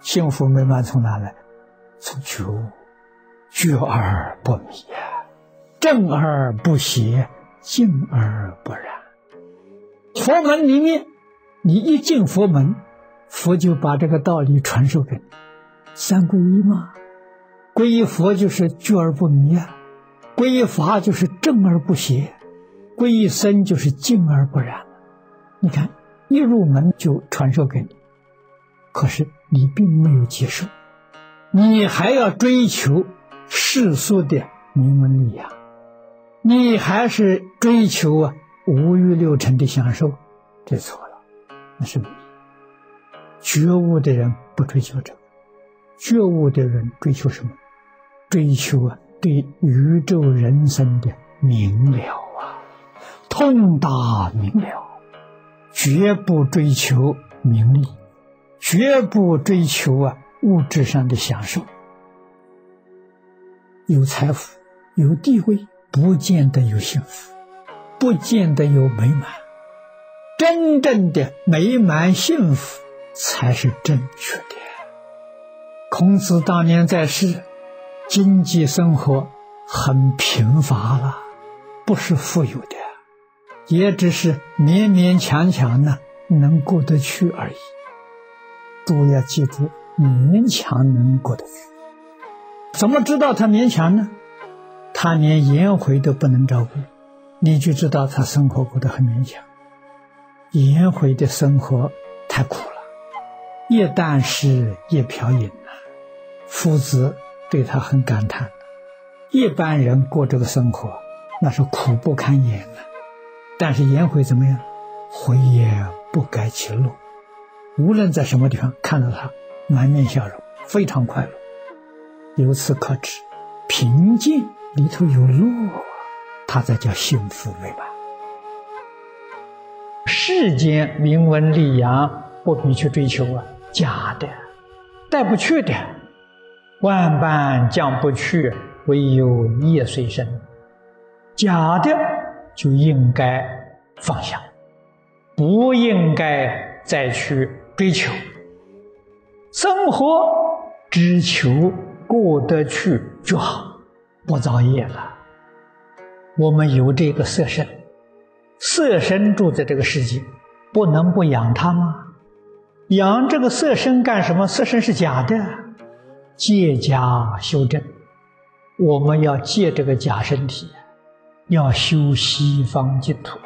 幸福美满从哪来？从觉悟，觉而不迷呀，正而不邪，静而不染。佛门里面，你一进佛门，佛就把这个道理传授给你。三皈依嘛，皈依佛就是觉而不迷啊，皈依法就是正而不邪，皈依僧就是静而不染。你看，一入门就传授给你，可是你并没有接受，你还要追求世俗的名闻利养，你还是追求五欲六尘的享受，这错了，那是迷。觉悟的人不追求这个，觉悟的人追求什么？追求对宇宙人生的明了通达明了，绝不追求名利，绝不追求物质上的享受。有财富有地位不见得有幸福，不见得有美满，真正的美满幸福才是正确的。孔子当年在世，经济生活很贫乏了，不是富有的，也只是勉勉强强能过得去而已。都要记住，勉强能过得去。怎么知道他勉强呢？他连颜回都不能照顾，你就知道他生活过得很勉强。颜回的生活太苦了，夜啖食夜瓢饮夫子对他很感叹，一般人过这个生活那是苦不堪言但是颜回怎么样？回也不改其路，无论在什么地方看到他满面笑容，非常快乐。由此可知，平静里头有乐它才叫幸福美满。世间名闻利养不必去追求假的，带不去的，万般将不去，唯有业随身。假的就应该放下，不应该再去追求。生活只求过得去就好，不造业了。我们有这个色身，色身住在这个世界，不能不养它吗？养这个色身干什么？色身是假的，借假修真。我们要借这个假身体，要修西方净土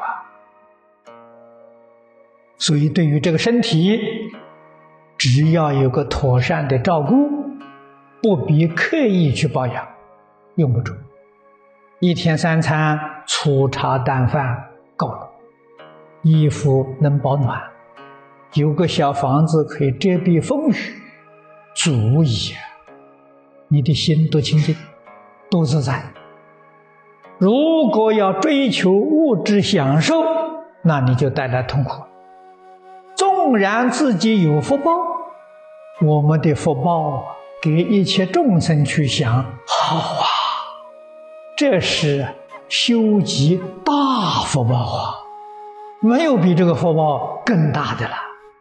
所以对于这个身体，只要有个妥善的照顾，不必刻意去保养，用不着。一天3餐粗茶淡饭够了，衣服能保暖，有个小房子可以遮蔽风雨，足矣。你的心多清净，多自在。如果要追求物质享受，那你就带来痛苦。纵然自己有福报，我们的福报给一切众生去想，好这是修集大福报没有比这个福报更大的了。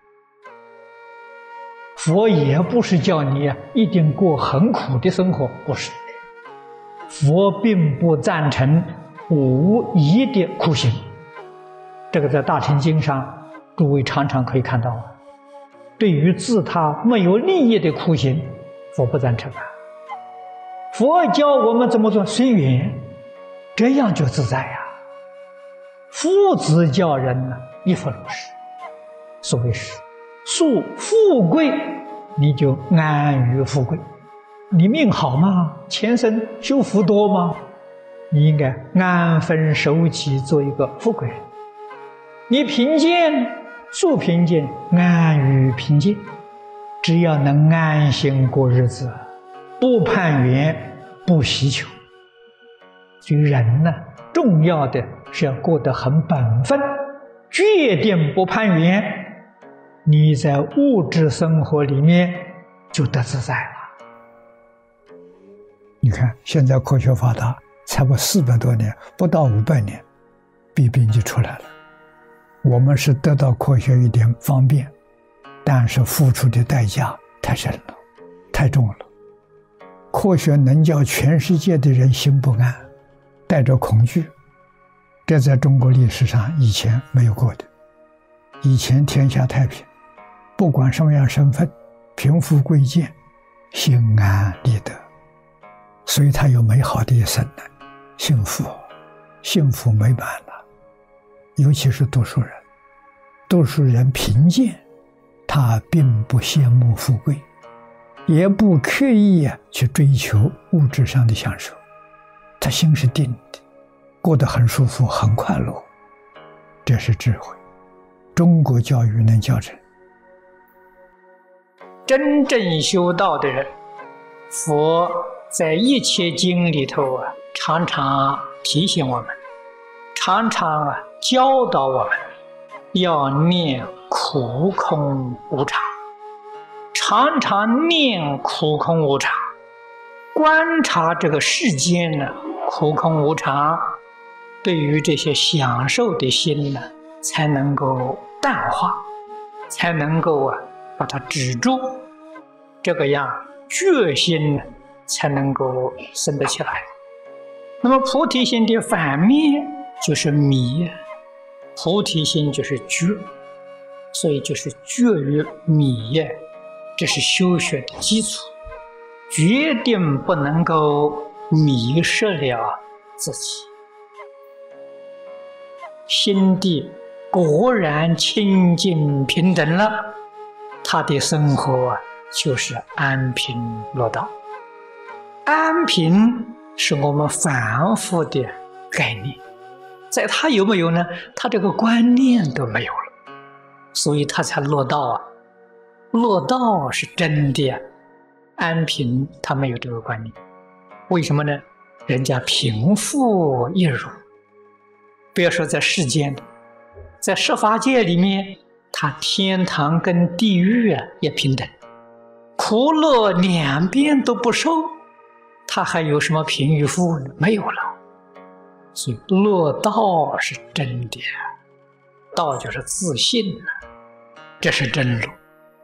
佛也不是叫你一定过很苦的生活，不是。佛并不赞成无益的苦行，这个在大乘经上诸位常常可以看到。对于自他没有利益的苦行，佛不赞成佛教我们怎么做？随缘，这样就自在夫子教人亦复如是。所谓是素富贵，你就安于富贵。你命好吗？前生修福多吗？你应该安分守己，做一个富贵人。你贫贱，素贫贱，安于贫贱，只要能安心过日子，不攀缘，不希求。所以人重要的是要过得很本分，决定不攀缘，你在物质生活里面就得自在了。你看现在科学发达，才不400多年，不到500年，疾病就出来了。我们是得到科学一点方便，但是付出的代价太深了，太重了。科学能叫全世界的人心不安，带着恐惧，这在中国历史上以前没有过的。以前天下太平，不管什么样身份，贫富贵贱，心安理得，所以他有美好的一生呢，幸福美满了。尤其是读书人，读书人贫贱，他并不羡慕富贵，也不刻意去追求物质上的享受，他心是定的，过得很舒服，很快乐。这是智慧，中国教育能教成。 真正修道的人，佛在一切经里头常常提醒我们，常常教导我们要念苦空无常，常常念苦空无常，观察这个世间苦空无常，对于这些享受的心才能够淡化，才能够把它止住，这个样决心才能够生得起来。那么菩提心的反面就是迷，菩提心就是觉，所以就是觉于迷，这是修学的基础，决定不能够迷失了自己。心地果然清净平等了，他的生活就是安贫乐道。安贫是我们反复的概念，在他有没有呢？他这个观念都没有了，所以他才乐道乐道是真的安贫他没有这个观念。为什么呢？人家贫富一如，别说在世间，在十法界里面，他天堂跟地狱也平等，苦乐两边都不受，他还有什么贫与富呢？没有了。所以乐道是真的，道就是自信，这是真路。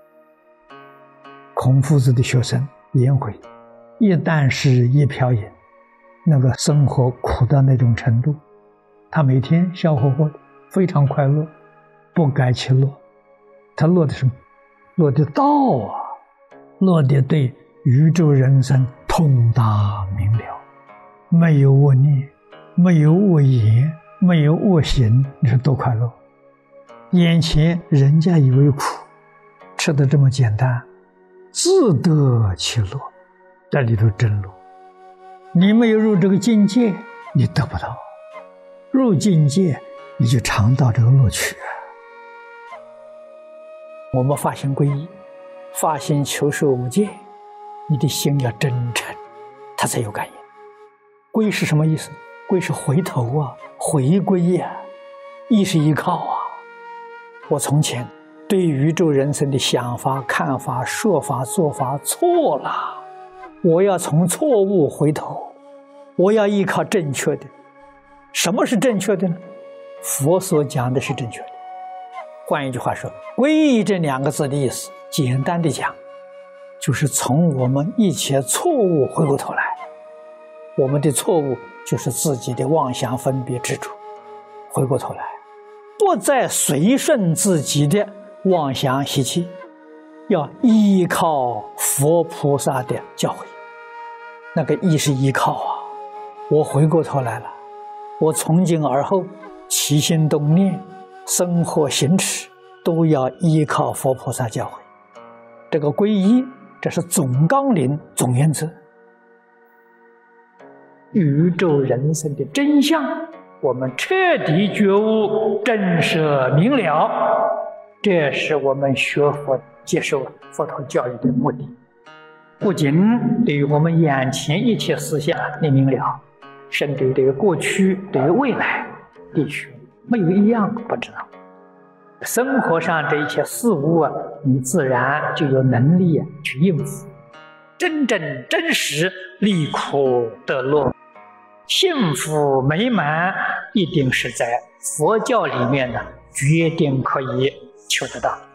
孔夫子的学生颜回，一旦是一瓢饮，那个生活苦到那种程度，他每天笑呵呵的，非常快乐，不改其乐。他乐的什么？乐的道乐的对宇宙人生通达明了，没有恶念，没有恶言，没有恶行，你说多快乐。眼前人家以为苦，吃得这么简单，自得其乐，这里头真乐。你没有入这个境界，你得不到；入境界，你就尝到这个乐趣。我们发心皈依，发心求受无戒，你的心要真诚，它才有感应。皈是什么意思？皈是回头回归依是依靠我从前对宇宙人生的想法、看法、说法、做法错了，我要从错误回头，我要依靠正确的。什么是正确的呢？佛所讲的是正确的。换一句话说，皈依这两个字的意思，简单的讲，就是从我们一切错误回过头来。我们的错误就是自己的妄想、分别、执着，回过头来，不再随顺自己的妄想习气，要依靠佛菩萨的教诲。那个依是依靠我回过头来了，我从今而后起心动念、生活行持都要依靠佛菩萨教诲。这个皈依，这是总纲领、总原则。宇宙人生的真相，我们彻底觉悟，震慑明了，这是我们学佛接受佛陀教育的目的。不仅对于我们眼前一切思想你明了，甚至对于过去、对于未来地区，没有一样不知道。生活上这一切事物你自然就有能力去应付。真正真实离苦得乐，幸福美满，一定是在佛教里面决定可以求得到。